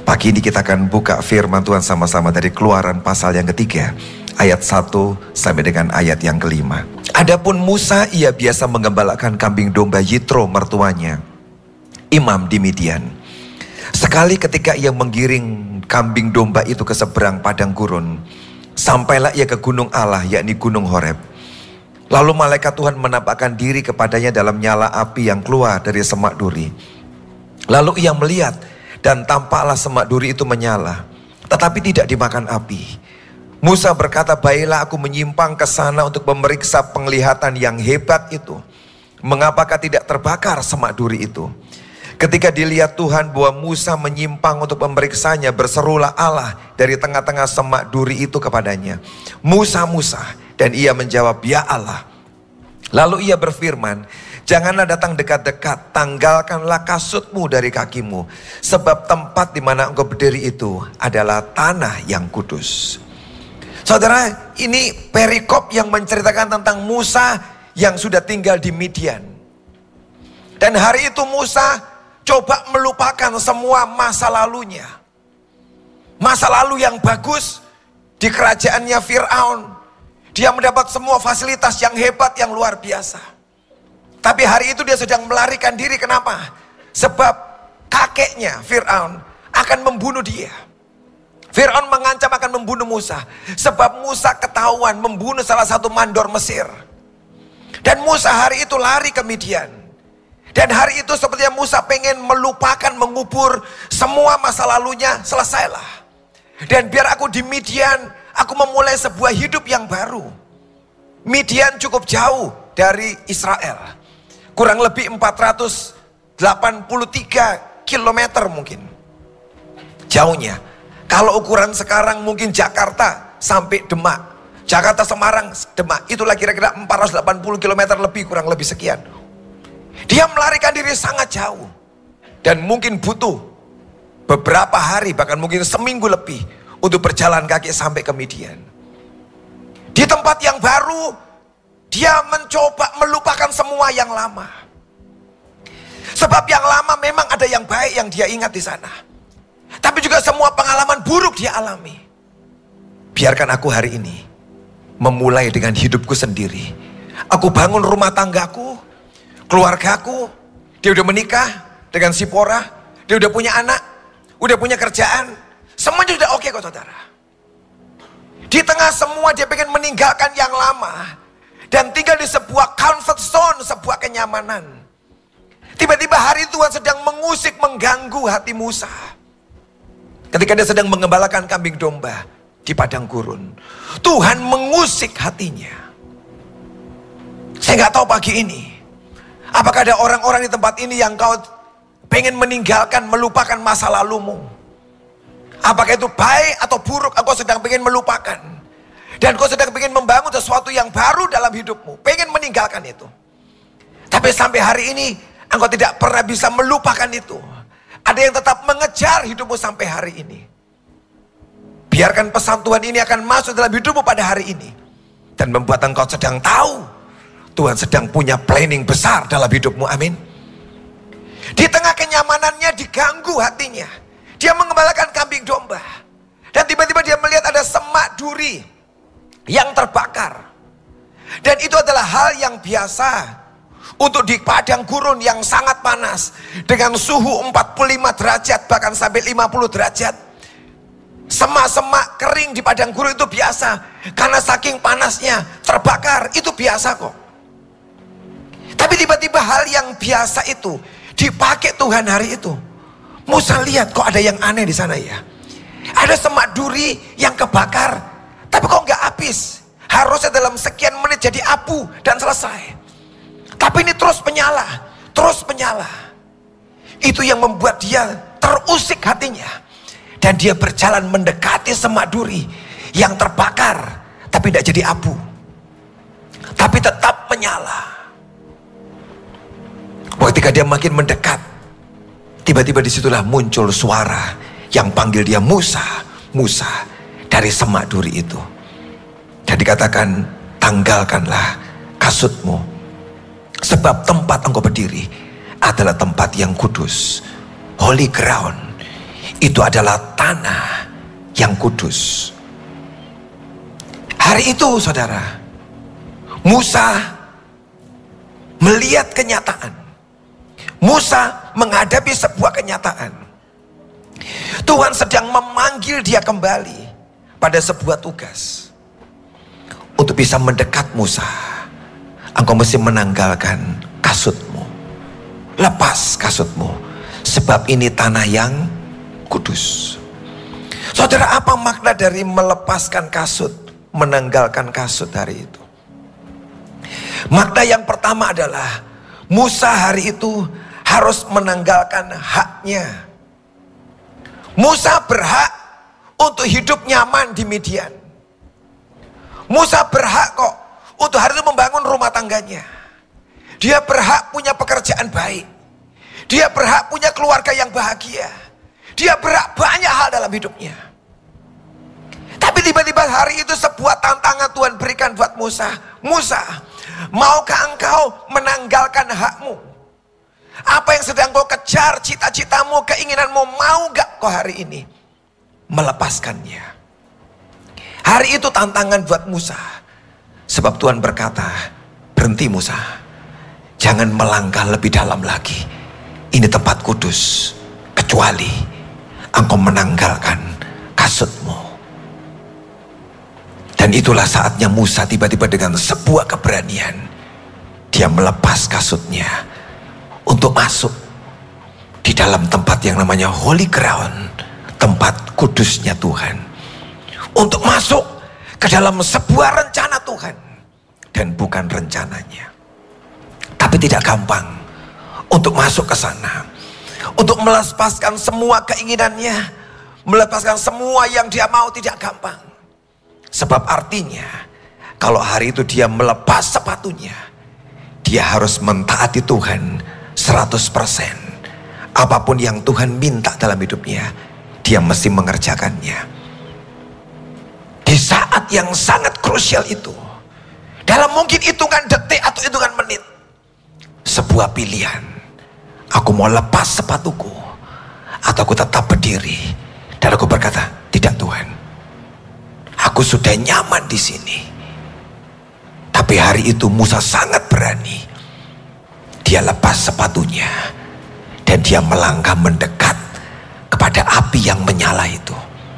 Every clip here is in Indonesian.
Pagi ini kita akan buka firman Tuhan sama-sama dari Keluaran pasal yang ketiga, ayat 1 sampai dengan ayat yang kelima. Adapun Musa, ia biasa menggembalakan kambing domba Yitro mertuanya, imam di Midian. Sekali ketika ia menggiring kambing domba itu ke seberang padang gurun, sampailah ia ke gunung Allah, yakni gunung Horeb. Lalu malaikat Tuhan menampakkan diri kepadanya dalam nyala api yang keluar dari semak duri. Lalu ia melihat, dan tampaklah semak duri itu menyala, tetapi tidak dimakan api. Musa berkata, baiklah aku menyimpang ke sana untuk memeriksa penglihatan yang hebat itu. Mengapakah tidak terbakar semak duri itu? Ketika dilihat Tuhan bahwa Musa menyimpang untuk memeriksanya, berserulah Allah dari tengah-tengah semak duri itu kepadanya, Musa, Musa. Dan ia menjawab, ya Allah. Lalu ia berfirman, janganlah datang dekat-dekat, tanggalkanlah kasutmu dari kakimu, sebab tempat di mana engkau berdiri itu adalah tanah yang kudus. Saudara, ini perikop yang menceritakan tentang Musa yang sudah tinggal di Midian. Dan hari itu Musa coba melupakan semua masa lalunya. Masa lalu yang bagus di kerajaannya Fir'aun. Dia mendapat semua fasilitas yang hebat, yang luar biasa. Tapi hari itu dia sedang melarikan diri. Kenapa? Sebab kakeknya Fir'aun akan membunuh dia. Fir'aun mengancam akan membunuh Musa. Sebab Musa ketahuan membunuh salah satu mandor Mesir. Dan Musa hari itu lari ke Midian. Dan hari itu sepertinya Musa pengen melupakan, mengubur semua masa lalunya, selesailah. Dan biar aku di Midian, aku memulai sebuah hidup yang baru. Midian cukup jauh dari Israel. Kurang lebih 483 kilometer mungkin jauhnya. Kalau ukuran sekarang mungkin Jakarta sampai Demak, Jakarta Semarang Demak, itulah kira-kira 480 km lebih, kurang lebih sekian. Dia melarikan diri sangat jauh. Dan mungkin butuh beberapa hari, bahkan mungkin seminggu lebih untuk berjalan kaki sampai ke Midian. Di tempat yang baru, dia mencoba melupakan semua yang lama. Sebab yang lama memang ada yang baik yang dia ingat di sana. Tapi juga semua pengalaman buruk dia alami. Biarkan aku hari ini memulai dengan hidupku sendiri. Aku bangun rumah tanggaku, keluargaku. Dia udah menikah dengan Sipora. Dia udah punya anak, udah punya kerjaan. Semuanya sudah oke kok saudara. Di tengah semua dia pengen meninggalkan yang lama dan tinggal di sebuah comfort zone, sebuah kenyamanan. Tiba-tiba hari Tuhan sedang mengusik, mengganggu hati Musa. Ketika dia sedang mengembalakan kambing domba di padang gurun, Tuhan mengusik hatinya. Saya nggak tahu pagi ini, apakah ada orang-orang di tempat ini yang kau pengen meninggalkan, melupakan masa lalumu? Apakah itu baik atau buruk, engkau sedang pengen melupakan. Dan kau sedang pengen membangun sesuatu yang baru dalam hidupmu, pengen meninggalkan itu. Tapi sampai hari ini, engkau tidak pernah bisa melupakan itu. Ada yang tetap mengejar hidupmu sampai hari ini. Biarkan pesan Tuhan ini akan masuk dalam hidupmu pada hari ini. Dan membuat engkau sedang tahu, Tuhan sedang punya planning besar dalam hidupmu, amin. Di tengah kenyamanannya diganggu hatinya. Dia mengembalakan kambing domba. Dan tiba-tiba dia melihat ada semak duri yang terbakar. Dan itu adalah hal yang biasa untuk di padang gurun yang sangat panas. Dengan suhu 45 derajat bahkan sampai 50 derajat. Semak-semak kering di padang gurun itu biasa. Karena saking panasnya terbakar, itu biasa kok. Tapi tiba-tiba hal yang biasa itu dipakai Tuhan hari itu. Musa lihat kok ada yang aneh di sana ya. Ada semak duri yang kebakar, tapi kok nggak habis. Harusnya dalam sekian menit jadi abu dan selesai. Tapi ini terus menyala, terus menyala. Itu yang membuat dia terusik hatinya. Dan dia berjalan mendekati semak duri yang terbakar, tapi tidak jadi abu, tapi tetap menyala. Ketika dia makin mendekat, tiba-tiba disitulah muncul suara yang panggil dia Musa, Musa, dari semak duri itu. Dan dikatakan, tanggalkanlah kasutmu, sebab tempat engkau berdiri adalah tempat yang kudus, holy ground. Itu adalah tanah yang kudus. Hari itu saudara, Musa melihat kenyataan. Musa menghadapi sebuah kenyataan. Tuhan sedang memanggil dia kembali pada sebuah tugas. Untuk bisa mendekat Musa, engkau mesti menanggalkan kasutmu. Lepas kasutmu, sebab ini tanah yang kudus. Saudara, apa makna dari melepaskan kasut, menanggalkan kasut hari itu? Makna yang pertama adalah Musa hari itu harus menanggalkan haknya. Musa berhak untuk hidup nyaman di Midian. Musa berhak kok untuk hari itu membangun rumah tangganya. Dia berhak punya pekerjaan baik. Dia berhak punya keluarga yang bahagia. Dia berhak banyak hal dalam hidupnya. Tapi tiba-tiba hari itu sebuah tantangan Tuhan berikan buat Musa. Musa, maukah engkau menanggalkan hakmu? Apa yang sedang kau kejar, cita-citamu, keinginanmu, mau gak kau hari ini melepaskannya? Hari itu tantangan buat Musa. Sebab Tuhan berkata, berhenti Musa, jangan melangkah lebih dalam lagi. Ini tempat kudus, kecuali engkau menanggalkan kasutmu. Dan itulah saatnya Musa tiba-tiba dengan sebuah keberanian, dia melepas kasutnya untuk masuk di dalam tempat yang namanya holy ground, tempat kudusnya Tuhan. Untuk masuk ke dalam sebuah rencana Tuhan, dan bukan rencananya. Tapi tidak gampang untuk masuk ke sana, untuk melepaskan semua keinginannya, melepaskan semua yang dia mau, tidak gampang. Sebab artinya kalau hari itu dia melepas sepatunya, dia harus mentaati Tuhan 100%. Apapun yang Tuhan minta dalam hidupnya, dia mesti mengerjakannya. Di saat yang sangat krusial itu, dalam mungkin hitungan detik atau hitungan menit, sebuah pilihan. Aku mau lepas sepatuku atau aku tetap berdiri. Dan aku berkata, tidak Tuhan, aku sudah nyaman di sini. Tapi hari itu Musa sangat berani. Dia lepas sepatunya dan dia melangkah mendekat kepada api yang menyala itu.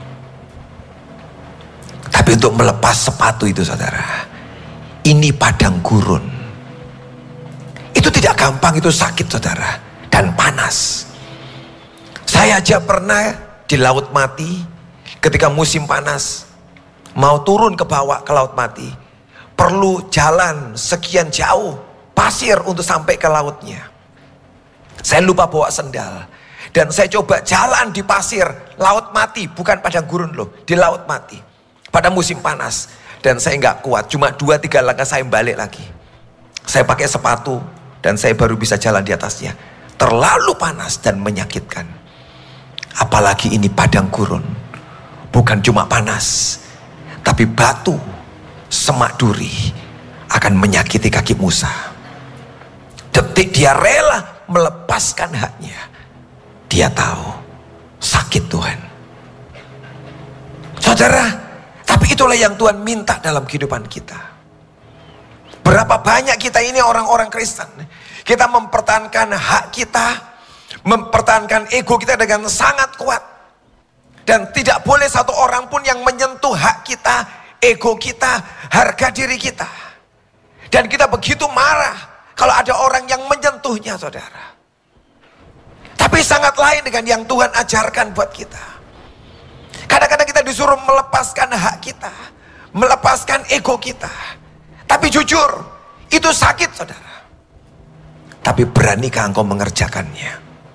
Tapi untuk melepas sepatu itu saudara, ini padang gurun. Itu tidak gampang, itu sakit saudara, dan panas. Saya aja pernah di Laut Mati ketika musim panas, mau turun ke bawah ke Laut Mati, perlu jalan sekian jauh pasir untuk sampai ke lautnya. Saya lupa bawa sendal dan saya coba jalan di pasir Laut Mati, bukan padang gurun loh, di Laut Mati pada musim panas. Dan saya nggak kuat, cuma 2-3 langkah saya balik lagi. Saya pakai sepatu dan saya baru bisa jalan di atasnya. Terlalu panas dan menyakitkan. Apalagi ini padang gurun, bukan cuma panas, tapi batu, semak duri akan menyakiti kaki Musa. Detik dia rela melepaskan haknya, dia tahu sakit Tuhan. Saudara, tapi itulah yang Tuhan minta dalam kehidupan kita. Berapa banyak kita ini orang-orang Kristen, kita mempertahankan hak kita, mempertahankan ego kita dengan sangat kuat. Dan tidak boleh satu orang pun yang menyentuh hak kita, ego kita, harga diri kita. Dan kita begitu marah kalau ada orang yang menyentuhnya saudara. Tapi sangat lain dengan yang Tuhan ajarkan buat kita. Kadang-kadang kita disuruh melepaskan hak kita, melepaskan ego kita. Tapi jujur, itu sakit saudara. Tapi beranikah engkau mengerjakannya?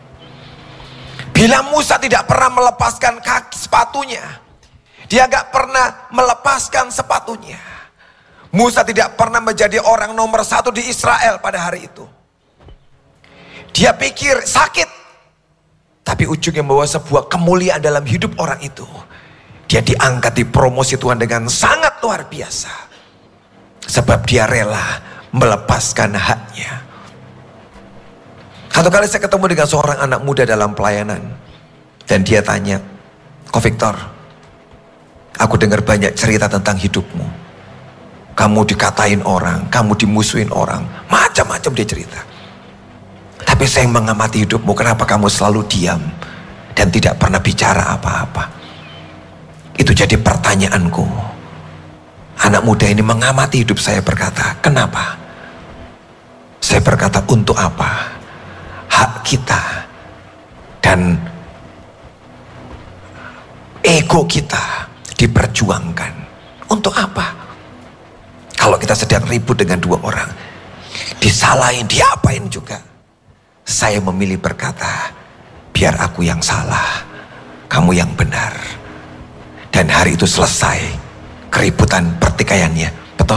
Bila Musa tidak pernah melepaskan kaki sepatunya, dia gak pernah melepaskan sepatunya, Musa tidak pernah menjadi orang nomor 1 di Israel pada hari itu. Dia pikir sakit, tapi ujungnya membawa sebuah kemuliaan dalam hidup orang itu. Dia diangkat, dipromosi Tuhan dengan sangat luar biasa. Sebab dia rela melepaskan haknya. Satu kali saya ketemu dengan seorang anak muda dalam pelayanan. Dan dia tanya, "Ko Victor, aku dengar banyak cerita tentang hidupmu. Kamu dikatain orang, kamu dimusuhin orang, macam-macam dia cerita. Tapi saya mengamati hidupmu, kenapa kamu selalu diam dan tidak pernah bicara apa-apa?" Itu jadi pertanyaanku. Anak muda ini mengamati hidup saya, berkata, "Kenapa?" Saya berkata, "Untuk apa? Hak kita dan ego kita diperjuangkan. Untuk apa? Kalau kita sedang ribut dengan dua orang, disalahin, diapain juga. Saya memilih berkata, biar aku yang salah, kamu yang benar." Dan hari itu selesai keributan pertikaiannya. Betul?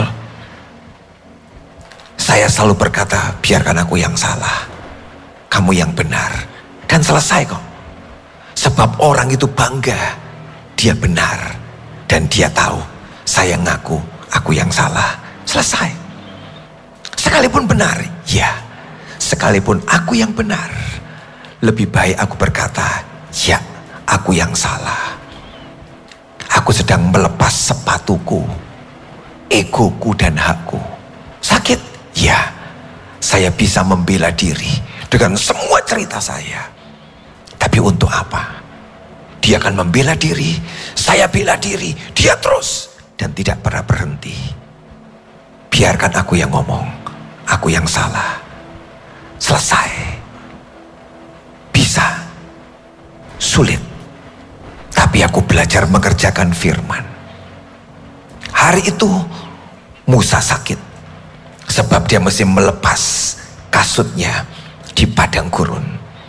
Saya selalu berkata, biarkan aku yang salah, kamu yang benar. Dan selesai kok. Sebab orang itu bangga, dia benar. Dan dia tahu, saya ngaku, aku yang salah. Selesai. Sekalipun benar, ya. Sekalipun aku yang benar, lebih baik aku berkata, ya, aku yang salah. Aku sedang melepas sepatuku, egoku dan hakku. Sakit? Ya. Saya bisa membela diri dengan semua cerita saya. Tapi untuk apa? Dia akan membela diri, saya bela diri, dia terus dan tidak pernah berhenti. Biarkan aku yang ngomong, aku yang salah. Selesai. Bisa. Sulit. Tapi aku belajar mengerjakan firman. Hari itu Musa sakit. Sebab dia mesti melepas kasutnya di padang gurun.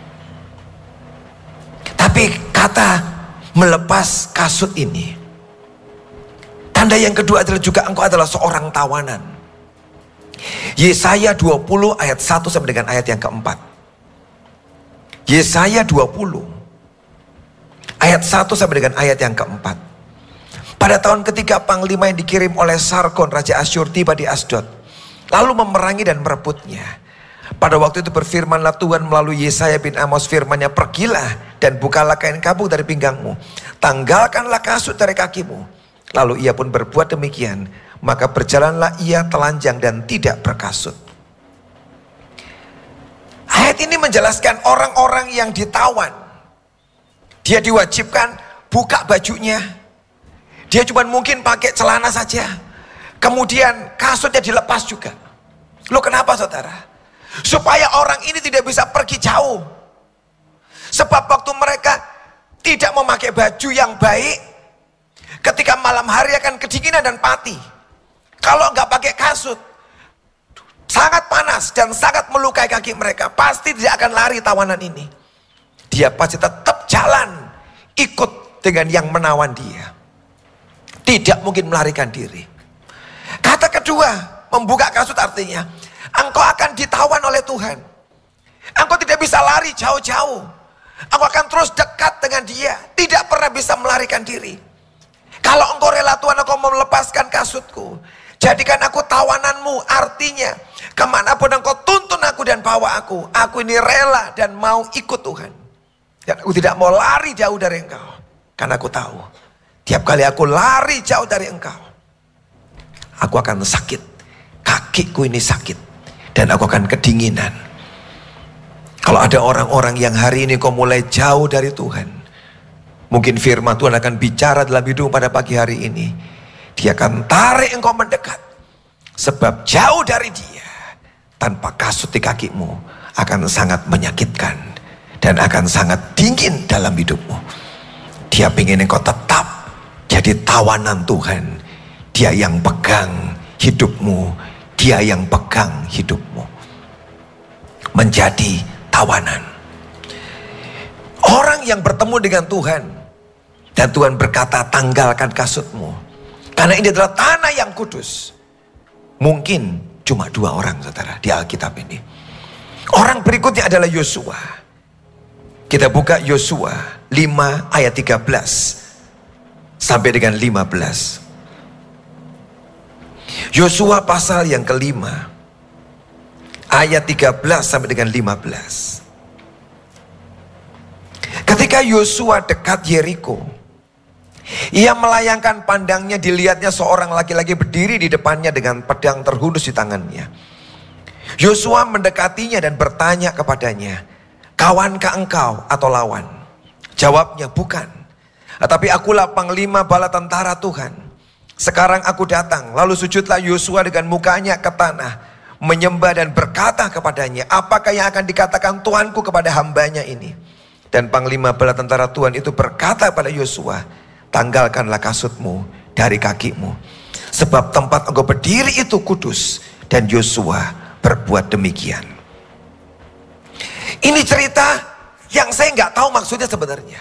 Tapi kata melepas kasut ini, tanda yang kedua adalah juga engkau adalah seorang tawanan. Yesaya 20 ayat 1 sampai dengan ayat yang keempat. Yesaya 20 ayat 1 sampai dengan ayat yang keempat. Pada tahun ketiga panglima yang dikirim oleh Sargon Raja Asyur tiba di Asdod, lalu memerangi dan merebutnya. Pada waktu itu berfirmanlah Tuhan melalui Yesaya bin Amos, firman-Nya, "Pergilah dan bukalah kain kabung dari pinggangmu, tanggalkanlah kasut dari kakimu." Lalu ia pun berbuat demikian. Maka berjalanlah ia telanjang dan tidak berkasut. Ayat ini menjelaskan orang-orang yang ditawan, dia diwajibkan buka bajunya. Dia cuma mungkin pakai celana saja. Kemudian kasutnya dilepas juga. Loh, kenapa saudara? Supaya orang ini tidak bisa pergi jauh. Sebab waktu mereka tidak memakai baju yang baik, ketika malam hari akan kedinginan dan mati. Kalau nggak pakai kasut, sangat panas dan sangat melukai kaki mereka. Pasti tidak akan lari tawanan ini. Dia pasti tetap jalan, ikut dengan yang menawan dia. Tidak mungkin melarikan diri. Kata kedua, membuka kasut artinya, engkau akan ditawan oleh Tuhan. Engkau tidak bisa lari jauh-jauh. Engkau akan terus dekat dengan dia. Tidak pernah bisa melarikan diri. Kalau engkau rela Tuhan, engkau mau melepaskan kasutku, jadikan aku tawananmu. Artinya, kemanapun engkau tuntun aku dan bawa aku ini rela dan mau ikut Tuhan. Dan aku tidak mau lari jauh dari engkau. Karena aku tahu, tiap kali aku lari jauh dari engkau, aku akan sakit. Kakiku ini sakit. Dan aku akan kedinginan. Kalau ada orang-orang yang hari ini kau mulai jauh dari Tuhan, mungkin firman Tuhan akan bicara dalam hidup pada pagi hari ini. Dia akan tarik engkau mendekat. Sebab jauh dari dia, tanpa kasut di kakimu, akan sangat menyakitkan. Dan akan sangat dingin dalam hidupmu. Dia ingin engkau tetap jadi tawanan Tuhan. Dia yang pegang hidupmu. Dia yang pegang hidupmu. Menjadi tawanan. Orang yang bertemu dengan Tuhan, dan Tuhan berkata, tanggalkan kasutmu, karena ini adalah tanah yang kudus. Mungkin cuma 2 orang saudara di Alkitab ini. Orang berikutnya adalah Yosua. Kita buka Yosua 5 ayat 13 sampai dengan 15. Yosua pasal yang kelima, ayat 13 sampai dengan 15. Ketika Yosua dekat Yeriko, ia melayangkan pandangnya, dilihatnya seorang laki-laki berdiri di depannya dengan pedang terhunus di tangannya. Yosua mendekatinya dan bertanya kepadanya, "Kawankah engkau atau lawan?" Jawabnya, "Bukan, tetapi akulah panglima bala tentara Tuhan. Sekarang aku datang." Lalu sujudlah Yosua dengan mukanya ke tanah, menyembah dan berkata kepadanya, "Apakah yang akan dikatakan Tuanku kepada hambanya ini?" Dan panglima bala tentara Tuhan itu berkata pada Yosua, "Tanggalkanlah kasutmu dari kakimu, sebab tempat engkau berdiri itu kudus." Dan Yosua berbuat demikian. Ini cerita yang saya nggak tahu maksudnya sebenarnya.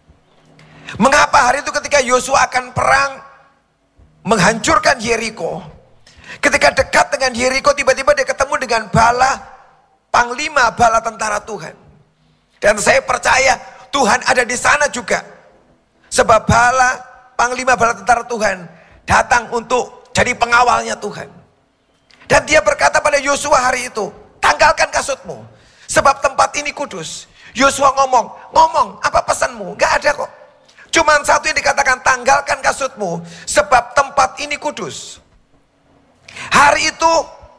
Mengapa hari itu ketika Yosua akan perang menghancurkan Yeriko, ketika dekat dengan Yeriko, tiba-tiba dia ketemu dengan panglima bala tentara Tuhan. Dan saya percaya Tuhan ada di sana juga. Sebab panglima bala tentara Tuhan datang untuk jadi pengawalnya Tuhan. Dan dia berkata pada Yosua hari itu, "Tanggalkan kasutmu, sebab tempat ini kudus." Yosua ngomong, "Apa pesanmu?" Gak ada kok. Cuman satu yang dikatakan, "Tanggalkan kasutmu, sebab tempat ini kudus." Hari itu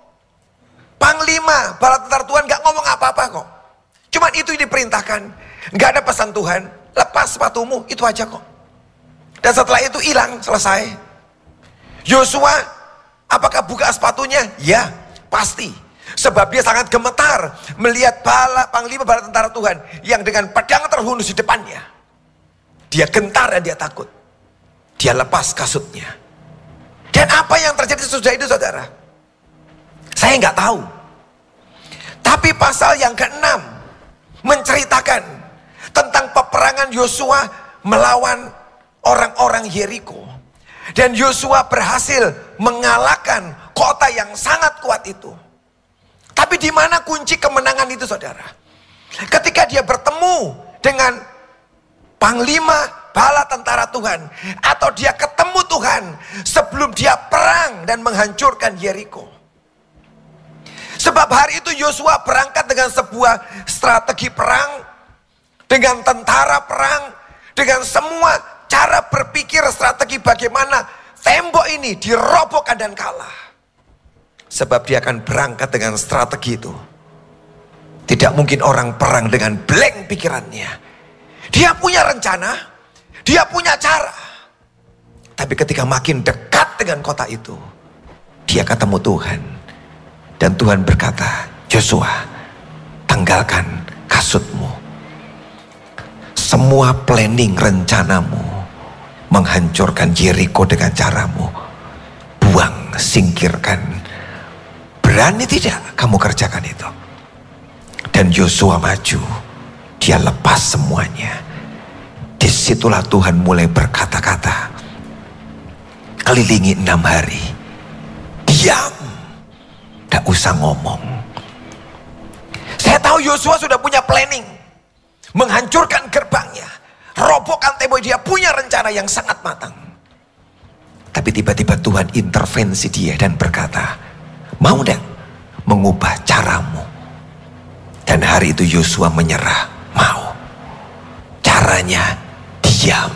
panglima bala tentara Tuhan gak ngomong apa-apa kok. Cuman itu yang diperintahkan. Gak ada pesan Tuhan, "Lepas sepatumu," itu aja kok. Dan setelah itu hilang, selesai. Yosua, apakah buka sepatunya? Ya, pasti. Sebab dia sangat gemetar melihat panglima bala tentara Tuhan yang dengan pedang terhunus di depannya. Dia gentar dan dia takut. Dia lepas kasutnya. Dan apa yang terjadi sesudah itu, saudara? Saya nggak tahu. Tapi pasal yang ke-6 menceritakan tentang peperangan Yosua melawan orang-orang Yeriko. Dan Yosua berhasil mengalahkan kota yang sangat kuat itu. Tapi di mana kunci kemenangan itu, saudara? Ketika dia bertemu dengan panglima bala tentara Tuhan, atau dia ketemu Tuhan sebelum dia perang dan menghancurkan Yeriko. Sebab hari itu Yosua berangkat dengan sebuah strategi perang, dengan tentara perang, dengan semua cara berpikir strategi bagaimana tembok ini dirobohkan dan kalah. Sebab dia akan berangkat dengan strategi itu. Tidak mungkin orang perang dengan blank pikirannya. Dia punya rencana, dia punya cara. Tapi ketika makin dekat dengan kota itu, dia ketemu Tuhan. Dan Tuhan berkata, "Yosua, tanggalkan kasutmu. Semua planning rencanamu menghancurkan Yeriko dengan caramu, buang, singkirkan. Berani tidak kamu kerjakan itu?" Dan Yosua maju, dia lepas semuanya. Disitulah Tuhan mulai berkata-kata, "Kelilingi 6 hari, diam, gak usah ngomong." Saya tahu Yosua sudah punya planning, menghancurkan gerbangnya, robohkan tembok. Dia punya rencana yang sangat matang. Tapi tiba-tiba Tuhan intervensi dia dan berkata, "Mau gak mengubah caramu?" Dan hari itu Yosua menyerah, mau. Caranya diam.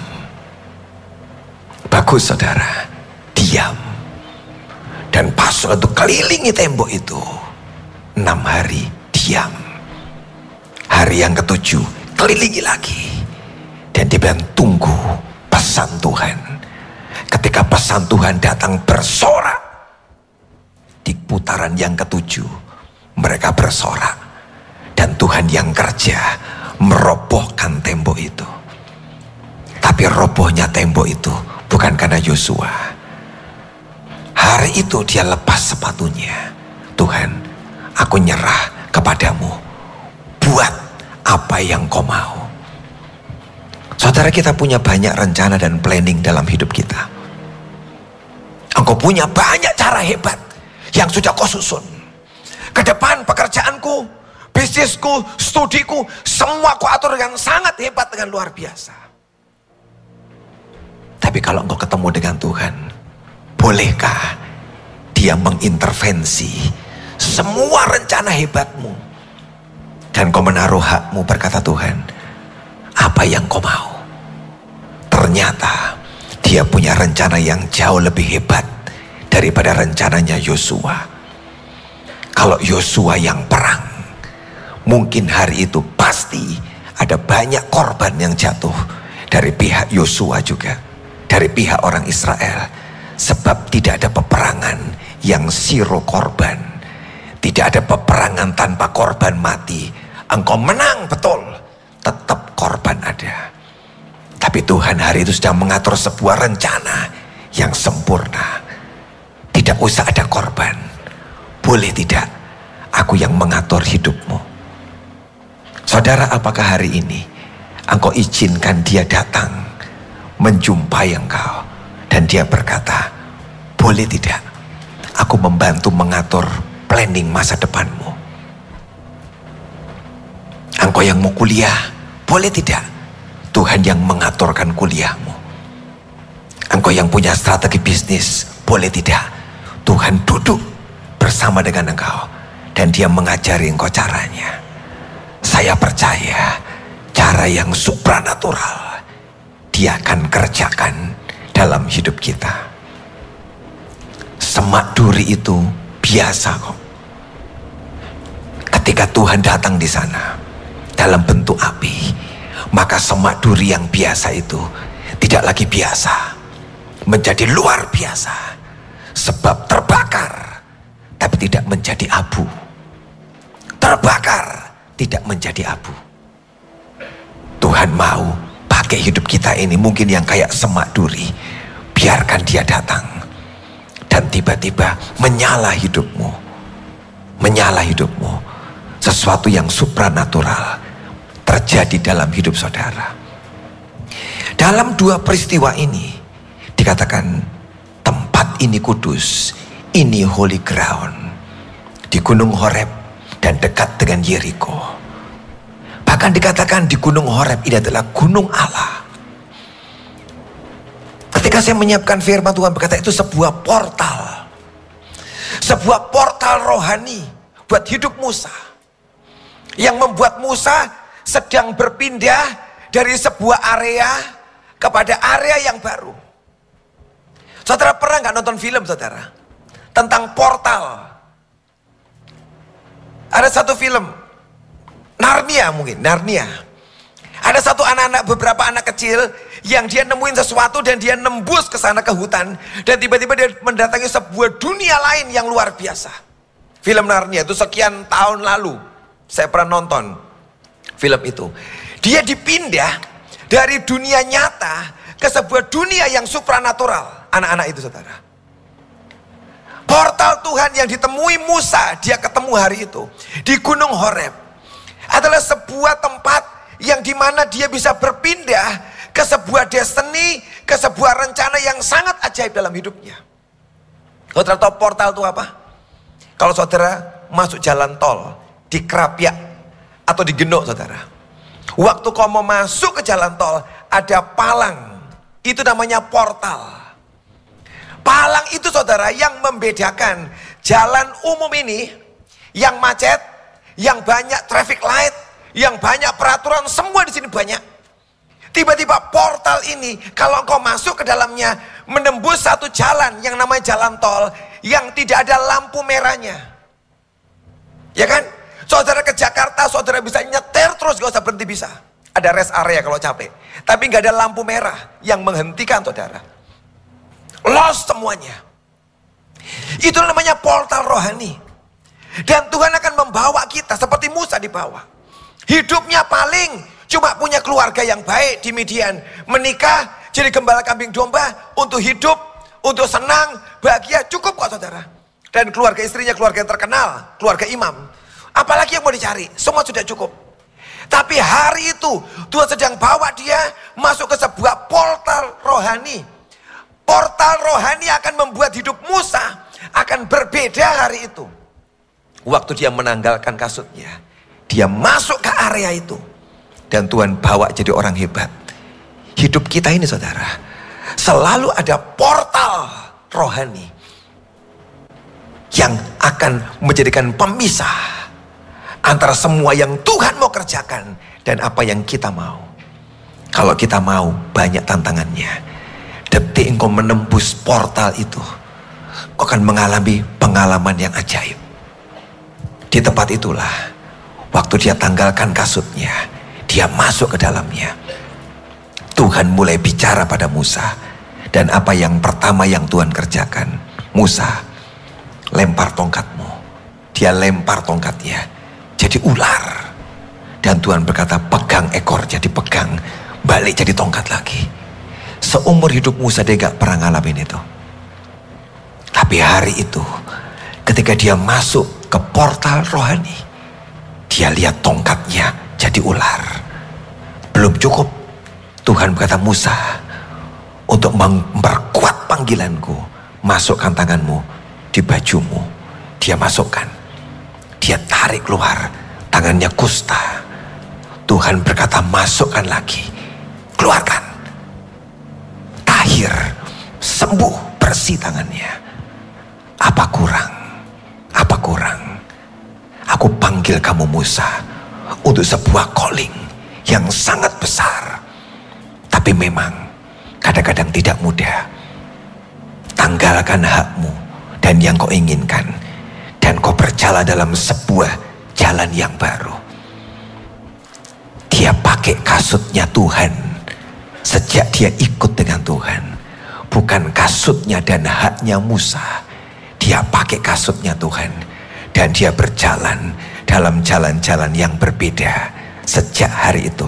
Bagus, saudara, diam. Dan pasukan itu kelilingi tembok itu 6 hari, diam. Hari yang ke-7 kelilingi lagi. Dan dia bilang, "Tunggu pesan Tuhan." Ketika pesan Tuhan datang bersorak, di putaran yang ke-7 mereka bersorak. Dan Tuhan yang kerja merobohkan tembok itu. Tapi robohnya tembok itu bukan karena Yosua. Hari itu dia lepas sepatunya. "Tuhan, aku nyerah kepadamu. Buat apa yang kau mau." Saudara, kita punya banyak rencana dan planning dalam hidup kita. Engkau punya banyak cara hebat yang sudah kau susun. Ke depan pekerjaanku, bisnisku, studiku, semua kau atur dengan sangat hebat, dengan luar biasa. Tapi kalau engkau ketemu dengan Tuhan, bolehkah Dia mengintervensi semua rencana hebatmu? Dan kau menaruh hakmu, berkata Tuhan, "Apa apa yang kau mau. Ternyata dia punya rencana yang jauh lebih hebat daripada rencananya Yosua. Kalau Yosua yang perang, mungkin hari itu pasti ada banyak korban yang jatuh dari pihak Yosua juga, dari pihak orang Israel. Sebab tidak ada peperangan yang zero korban. Tidak ada peperangan tanpa korban mati. Engkau menang betul, tetap korban ada. Tapi Tuhan hari itu sedang mengatur sebuah rencana yang sempurna. Tidak usah ada korban. Boleh tidak, aku yang mengatur hidupmu. Saudara, apakah hari ini engkau izinkan dia datang menjumpai engkau, dan dia berkata, boleh tidak, aku membantu mengatur planning masa depanmu. Engkau yang mau kuliah, boleh tidak, Tuhan yang mengaturkan kuliahmu. Engkau yang punya strategi bisnis, boleh tidak, Tuhan duduk bersama dengan engkau dan dia mengajari engkau caranya. Saya percaya cara yang supranatural dia akan kerjakan dalam hidup kita. Semak duri itu biasa kok. Ketika Tuhan datang di sana dalam bentuk api, maka semak duri yang biasa itu tidak lagi biasa, menjadi luar biasa. Sebab terbakar, tapi tidak menjadi abu. Terbakar, tidak menjadi abu. Tuhan mau pakai hidup kita ini mungkin yang kayak semak duri. Biarkan dia datang dan tiba-tiba menyala hidupmu. Menyala hidupmu. Sesuatu yang supranatural terjadi dalam hidup saudara. Dalam dua peristiwa ini dikatakan tempat ini kudus, ini holy ground, di Gunung Horeb dan dekat dengan Yeriko. Bahkan dikatakan di Gunung Horeb ini adalah gunung Allah. Ketika saya menyiapkan firman Tuhan berkata itu sebuah portal. Sebuah portal rohani buat hidup Musa. Yang membuat Musa sedang berpindah dari sebuah area kepada area yang baru. Saudara pernah nggak nonton film saudara tentang portal? Ada satu film Narnia, mungkin Narnia. Ada satu anak-anak, beberapa anak kecil yang dia nemuin sesuatu dan dia nembus ke sana ke hutan dan tiba-tiba dia mendatangi sebuah dunia lain yang luar biasa. Film Narnia itu sekian tahun lalu saya pernah nonton film itu. Dia dipindah dari dunia nyata ke sebuah dunia yang supranatural. Anak-anak itu saudara. Portal Tuhan yang ditemui Musa, dia ketemu hari itu di Gunung Horeb, adalah sebuah tempat yang dimana dia bisa berpindah ke sebuah destiny, ke sebuah rencana yang sangat ajaib dalam hidupnya. Saudara tahu portal itu apa? Kalau saudara masuk jalan tol di Krapyak atau di Genuk saudara, waktu kau mau masuk ke jalan tol ada palang, itu namanya portal. Palang itu saudara yang membedakan jalan umum ini yang macet, yang banyak traffic light, yang banyak peraturan, semua di sini banyak. Tiba-tiba portal ini kalau engkau masuk ke dalamnya menembus satu jalan yang namanya jalan tol yang tidak ada lampu merahnya. Ya kan? Saudara ke Jakarta, saudara bisa nyetir terus gak usah berhenti bisa. Ada rest area kalau capek. Tapi gak ada lampu merah yang menghentikan saudara. Lost semuanya. Itu namanya portal rohani. Dan Tuhan akan membawa kita seperti Musa dibawa. Hidupnya paling cuma punya keluarga yang baik di Midian. Menikah, jadi gembala kambing domba untuk hidup, untuk senang, bahagia, cukup kok saudara. Dan keluarga istrinya keluarga yang terkenal, keluarga imam. Apalagi yang mau dicari, semua sudah cukup. Tapi hari itu Tuhan sedang bawa dia masuk ke sebuah portal rohani. Portal rohani akan membuat hidup Musa akan berbeda hari itu. Waktu dia menanggalkan kasutnya, dia masuk ke area itu. Dan Tuhan bawa jadi orang hebat. Hidup kita ini saudara, selalu ada portal rohani yang akan menjadikan pemisah antara semua yang Tuhan mau kerjakan dan apa yang kita mau. Kalau kita mau, banyak tantangannya. Detik engkau menembus portal itu, kau akan mengalami pengalaman yang ajaib. Di tempat itulah, waktu dia tanggalkan kasutnya, dia masuk ke dalamnya. Tuhan mulai bicara pada Musa. Dan apa yang pertama yang Tuhan kerjakan? Musa, lempar tongkatmu. Dia lempar tongkatnya, jadi ular. Dan Tuhan berkata, pegang ekornya, dipegang, balik jadi tongkat lagi. Seumur hidup Musa dia gak pernah ngalamin itu. Tapi hari itu, ketika dia masuk ke portal rohani, dia lihat tongkatnya jadi ular. Belum cukup, Tuhan berkata, Musa, untuk memperkuat panggilanku, masukkan tanganmu di bajumu. Dia masukkan, dia tarik keluar, tangannya kusta. Tuhan berkata, masukkan lagi, keluarkan. Tahir, sembuh, bersih tangannya. Apa kurang? Apa kurang? Aku panggil kamu Musa untuk sebuah calling yang sangat besar. Tapi memang kadang-kadang tidak mudah. Tanggalkan hakmu dan yang kau inginkan, dan kau berjalan dalam sebuah jalan yang baru. Dia pakai kasutnya Tuhan sejak dia ikut dengan Tuhan. Bukan kasutnya dan haknya Musa. Dia pakai kasutnya Tuhan, dan dia berjalan dalam jalan-jalan yang berbeda sejak hari itu.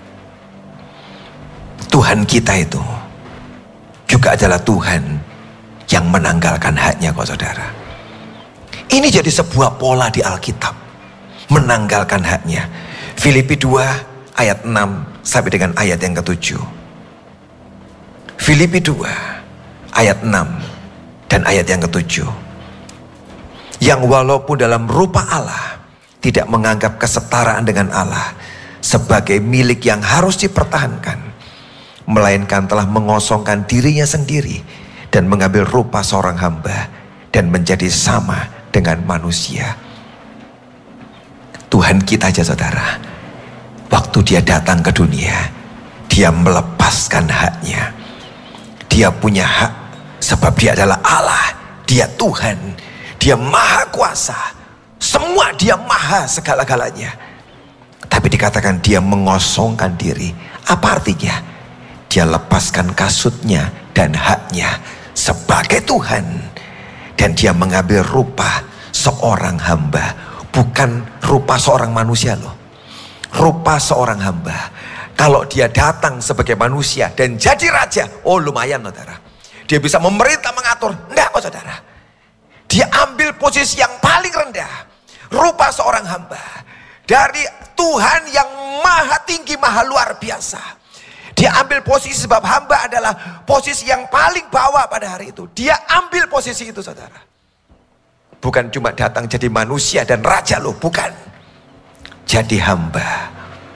Tuhan kita itu juga adalah Tuhan yang menanggalkan haknya, kok saudara. Ini jadi sebuah pola di Alkitab, menanggalkan haknya. Filipi 2 ayat 6 sampai dengan ayat yang ke-7. Filipi 2 ayat 6 dan ayat yang ke-7. Yang walaupun dalam rupa Allah, tidak menganggap kesetaraan dengan Allah sebagai milik yang harus dipertahankan, melainkan telah mengosongkan dirinya sendiri dan mengambil rupa seorang hamba dan menjadi sama dengan manusia. Tuhan kita aja saudara, waktu dia datang ke dunia, dia melepaskan haknya. Dia punya hak sebab dia adalah Allah, dia Tuhan, dia maha kuasa, semua dia maha segala-galanya. Tapi dikatakan dia mengosongkan diri. Apa artinya? Dia lepaskan kasutnya dan haknya sebagai Tuhan, dan dia mengambil rupa seorang hamba. Bukan rupa seorang manusia loh, rupa seorang hamba. Kalau dia datang sebagai manusia dan jadi raja, oh lumayan saudara, dia bisa memerintah, mengatur. Enggak kok saudara, dia ambil posisi yang paling rendah, rupa seorang hamba. Dari Tuhan yang maha tinggi, maha luar biasa, dia ambil posisi, sebab hamba adalah posisi yang paling bawah pada hari itu. Dia ambil posisi itu saudara. Bukan cuma datang jadi manusia dan raja loh, bukan. Jadi hamba.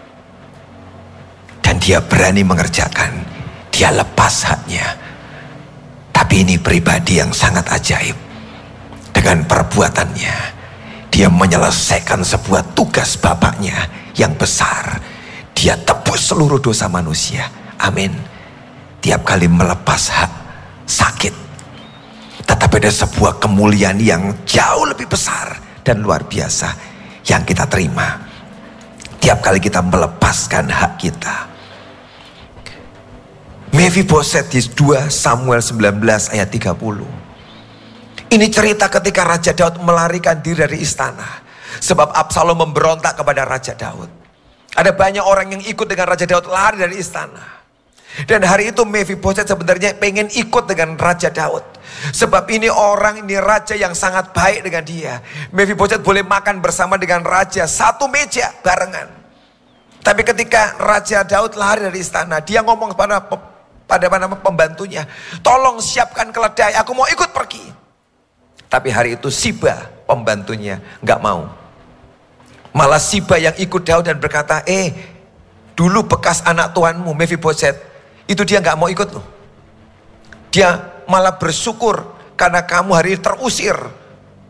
Dan dia berani mengerjakan. Dia lepas haknya. Tapi ini pribadi yang sangat ajaib. Dengan perbuatannya, dia menyelesaikan sebuah tugas bapaknya yang besar. Dia tebus seluruh dosa manusia. Amin. Tiap kali melepas hak, sakit. Tetapi ada sebuah kemuliaan yang jauh lebih besar dan luar biasa yang kita terima tiap kali kita melepaskan hak kita. Mephiboset di 2 Samuel 19 ayat 30. Ini cerita ketika Raja Daud melarikan diri dari istana sebab Absalom memberontak kepada Raja Daud. Ada banyak orang yang ikut dengan Raja Daud lari dari istana. Dan hari itu Mephiboset sebenarnya pengen ikut dengan Raja Daud. Sebab ini orang, ini raja yang sangat baik dengan dia. Mephiboset boleh makan bersama dengan raja, satu meja barengan. Tapi ketika Raja Daud lari dari istana, dia ngomong pada pembantunya, tolong siapkan keledai, aku mau ikut pergi. Tapi hari itu Siba pembantunya gak mau. Malah Siba yang ikut Daud dan berkata, dulu bekas anak tuanmu Mephiboset itu dia gak mau ikut loh. Dia malah bersyukur karena kamu hari ini terusir.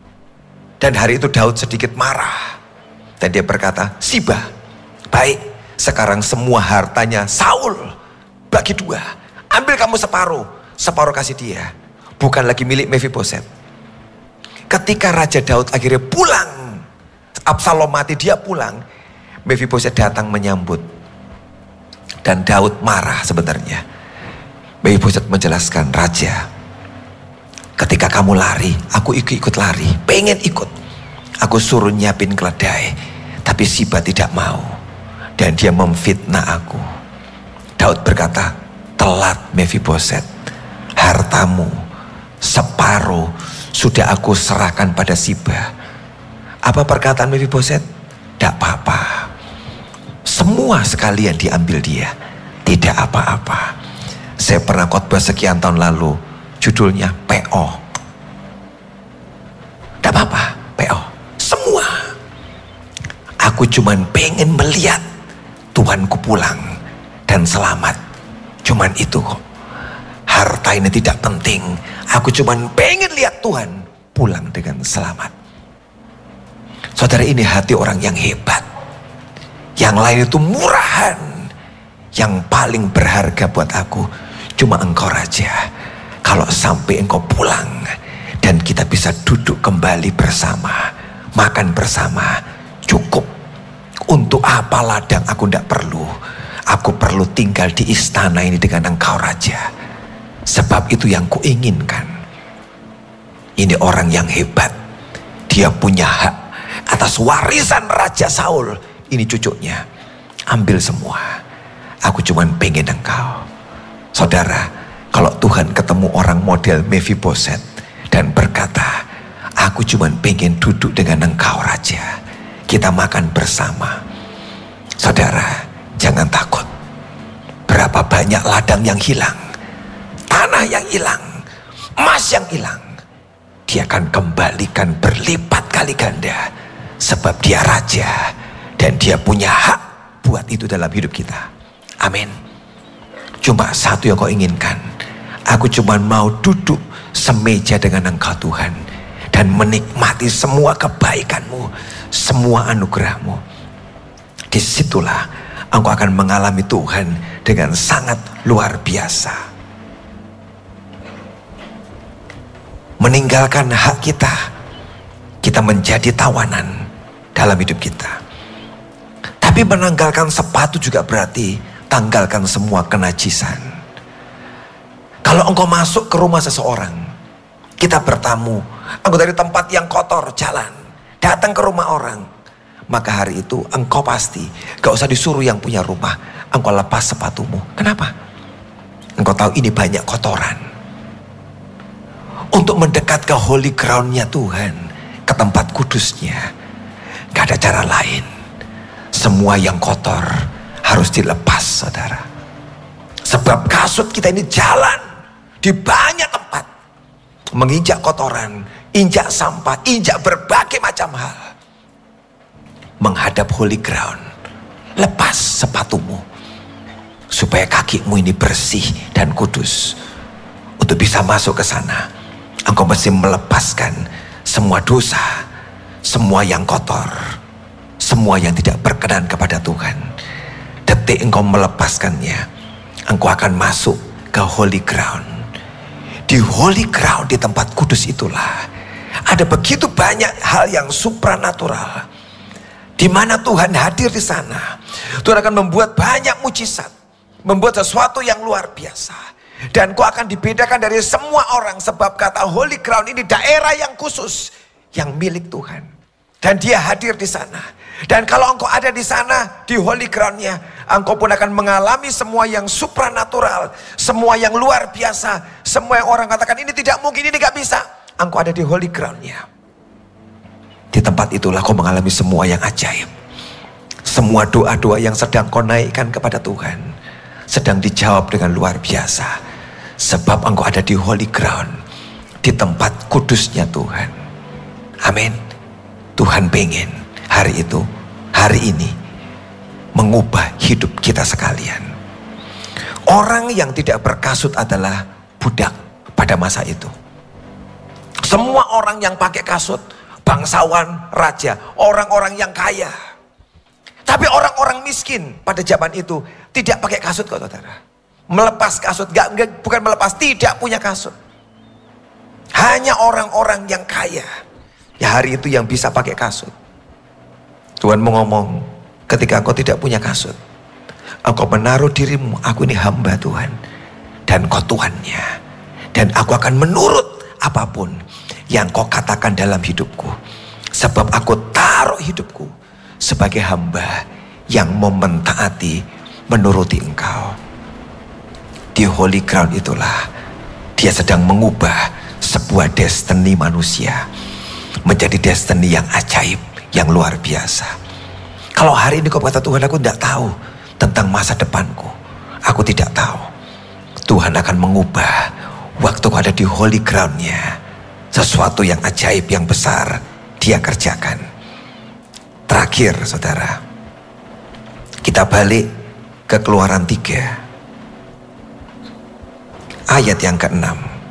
Dan hari itu Daud sedikit marah. Dan dia berkata, Siba, baik, Sekarang semua hartanya Saul bagi dua. Ambil kamu separuh, separuh kasih dia. Bukan lagi milik Mephiboset. Ketika Raja Daud akhirnya pulang, Absalom mati, dia pulang, Mephiboset datang menyambut. Dan Daud marah sebenarnya. Mephiboset menjelaskan, Raja, ketika kamu lari, aku ikut lari, pengen ikut. Aku suruh nyiapin keledai, tapi Siba tidak mau. Dan dia memfitnah aku. Daud berkata, telat Mephiboset, hartamu separuh sudah aku serahkan pada Siba. Apa perkataan Mephiboset? Tidak apa-apa, semua sekalian diambil dia, tidak apa-apa. Saya pernah khotbah sekian tahun lalu, judulnya PO. Tidak apa-apa, PO. Semua. Aku cuman pengen melihat Tuhanku pulang dan selamat. Cuman itu kok. Harta ini tidak penting. Aku cuman pengen lihat Tuhan pulang dengan selamat. Saudara, ini hati orang yang hebat. Yang lain itu murahan. Yang paling berharga buat aku cuma engkau Raja. Kalau sampai engkau pulang dan kita bisa duduk kembali bersama, makan bersama, cukup. Untuk apa ladang aku tidak perlu. Aku perlu tinggal di istana ini dengan engkau Raja. Sebab itu yang kuinginkan. Ini orang yang hebat. Dia punya hak atas warisan Raja Saul. Ini cucunya. Ambil semua. Aku cuman pengen engkau. Saudara, kalau Tuhan ketemu orang model Mephiboset dan berkata, aku cuman pengen duduk dengan engkau Raja, kita makan bersama. Saudara, jangan takut. Berapa banyak ladang yang hilang, tanah yang hilang, emas yang hilang, dia akan kembalikan berlipat kali ganda. Sebab dia Raja dan dia punya hak buat itu dalam hidup kita. Amin. Cuma satu yang kau inginkan. Aku cuma mau duduk semeja dengan engkau Tuhan dan menikmati semua kebaikanmu, semua anugerahmu. Disitulah engkau akan mengalami Tuhan dengan sangat luar biasa. Meninggalkan hak kita, kita menjadi tawanan dalam hidup kita. Tapi menanggalkan sepatu juga berarti tanggalkan semua kenajisan. Kalau engkau masuk ke rumah seseorang, kita bertamu, engkau dari tempat yang kotor jalan, datang ke rumah orang, maka hari itu engkau pasti gak usah disuruh yang punya rumah, engkau lepas sepatumu. Kenapa? Engkau tahu ini banyak kotoran. Untuk mendekat ke holy ground-nya Tuhan, ke tempat kudusnya, gak ada cara lain. Semua yang kotor harus dilepas, saudara. Sebab kasut kita ini jalan di banyak tempat, menginjak kotoran, injak sampah, injak berbagai macam hal. Menghadap holy ground, lepas sepatumu supaya kakimu ini bersih dan kudus. Untuk bisa masuk ke sana, engkau mesti melepaskan semua dosa, semua yang kotor, semua yang tidak berkenan kepada Tuhan. Detik engkau melepaskannya, engkau akan masuk ke holy ground. Di holy ground, di tempat kudus itulah ada begitu banyak hal yang supranatural, di mana Tuhan hadir di sana. Tuhan akan membuat banyak mujizat, membuat sesuatu yang luar biasa. Dan kau akan dibedakan dari semua orang, sebab kata holy ground ini daerah yang khusus, yang milik Tuhan. Dan dia hadir di sana. Dan kalau engkau ada di sana, di holy ground-nya, engkau pun akan mengalami semua yang supranatural, semua yang luar biasa, semua yang orang katakan ini tidak mungkin, ini gak bisa. Engkau ada di holy ground-nya. Di tempat itulah kau mengalami semua yang ajaib. Semua doa-doa yang sedang kau naikkan kepada Tuhan sedang dijawab dengan luar biasa. Sebab engkau ada di holy ground, di tempat kudusnya Tuhan. Amin. Tuhan pengen hari itu, hari ini mengubah hidup kita sekalian. Orang yang tidak berkasut adalah budak pada masa itu. Semua orang yang pakai kasut, bangsawan, raja, orang-orang yang kaya. Tapi orang-orang miskin pada zaman itu tidak pakai kasut kok saudara. Melepas kasut, bukan melepas, tidak punya kasut. Hanya orang-orang yang kaya ya hari itu yang bisa pakai kasut. Tuhan mau ngomong, ketika engkau tidak punya kasut, engkau menaruh dirimu, aku ini hamba Tuhan, dan kau Tuhannya, dan aku akan menurut apapun yang kau katakan dalam hidupku. Sebab aku taruh hidupku sebagai hamba yang mau mentaati, menuruti engkau. Di holy ground itulah dia sedang mengubah sebuah destiny manusia menjadi destiny yang ajaib, yang luar biasa. Kalau hari ini kau kata, Tuhan aku tidak tahu tentang masa depanku, aku tidak tahu, Tuhan akan mengubah waktu kau ada di holy groundnya. Sesuatu yang ajaib, yang besar dia kerjakan. Terakhir saudara, kita balik ke Keluaran 3 ayat yang ke-6.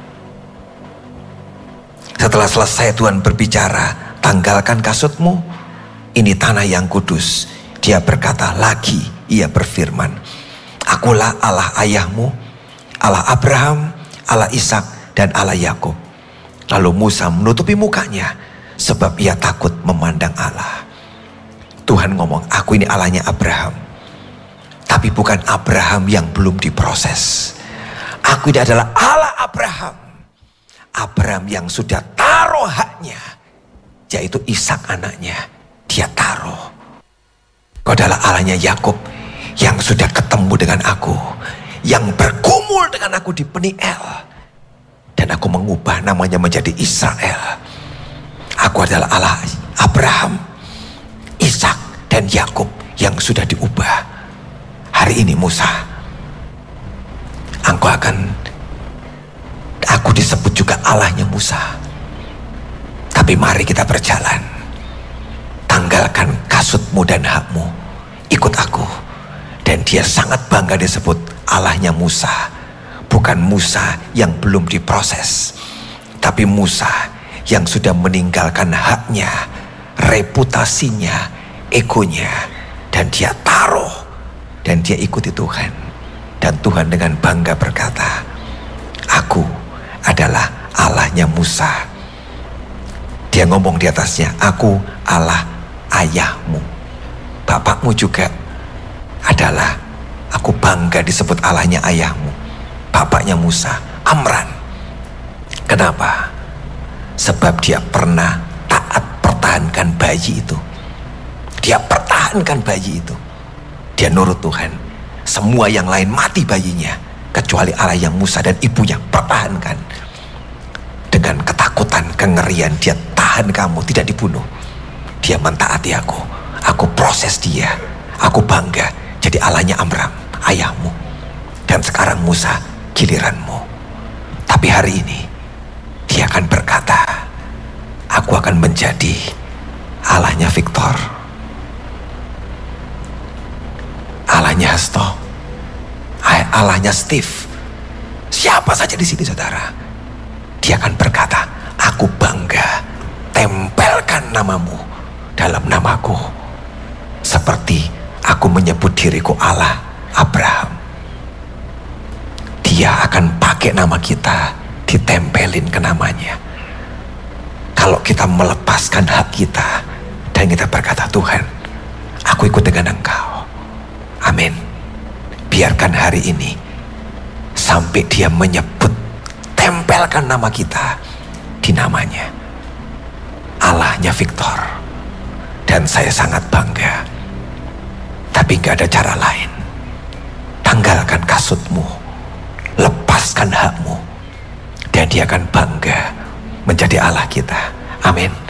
Setelah selesai Tuhan berbicara, tanggalkan kasutmu, ini tanah yang kudus. Dia berkata lagi, ia berfirman, akulah Allah ayahmu, Allah Abraham, Allah Ishak, dan Allah Yakub. Lalu Musa menutupi mukanya sebab ia takut memandang Allah. Tuhan ngomong, aku ini Allahnya Abraham, tapi bukan Abraham yang belum diproses. Aku ini adalah Allah Abraham, Abraham yang sudah taruh haknya, yaitu Ishak anaknya, dia taruh. Kau adalah Allahnya Yakub yang sudah ketemu dengan aku, yang bergumul dengan aku di Peniel, dan aku mengubah namanya menjadi Israel. Aku adalah Allah Abraham, Ishak, dan Yakub yang sudah diubah. Hari ini Musa, aku disebut juga Allahnya Musa. Tapi mari kita berjalan. Tanggalkan kasutmu dan hakmu, ikut aku. Dan dia sangat bangga disebut Allahnya Musa. Bukan Musa yang belum diproses, tapi Musa yang sudah meninggalkan haknya, reputasinya, egonya, dan dia taruh, dan dia ikuti Tuhan. Dan Tuhan dengan bangga berkata, aku adalah Allahnya Musa. Dia ngomong di atasnya, aku Allah ayahmu, bapakmu juga adalah, aku bangga disebut Allahnya ayahmu. Bapaknya Musa, Amran. Kenapa? Sebab dia pernah taat pertahankan bayi itu. Dia pertahankan bayi itu. Dia nurut Tuhan. Semua yang lain mati bayinya, kecuali Allah yang Musa dan ibunya pertahankan. Dengan ketakutan, kengerian, dia tahan kamu, tidak dibunuh. Dia mentaati aku. Aku proses dia. Aku bangga jadi Allahnya Amram, ayahmu. Dan sekarang Musa, giliranmu. Tapi hari ini dia akan berkata, aku akan menjadi Allahnya Victor, Allahnya Hasto, Allahnya Steve, siapa saja di sini saudara. Dia akan berkata, aku bangga, tempelkan namamu dalam namaku, seperti aku menyebut diriku Allah Abraham. Dia akan pakai nama kita, ditempelin ke namanya. Kalau kita melepaskan hak kita dan kita berkata, Tuhan, aku ikut dengan Engkau. Amin. Biarkan hari ini sampai dia menyebut, tempelkan nama kita di namanya, Allahnya Victor. Dan saya sangat bangga. Tapi gak ada cara lain. Tanggalkan kasutmu, lepaskan hakmu, dan dia akan bangga menjadi Allah kita. Amin.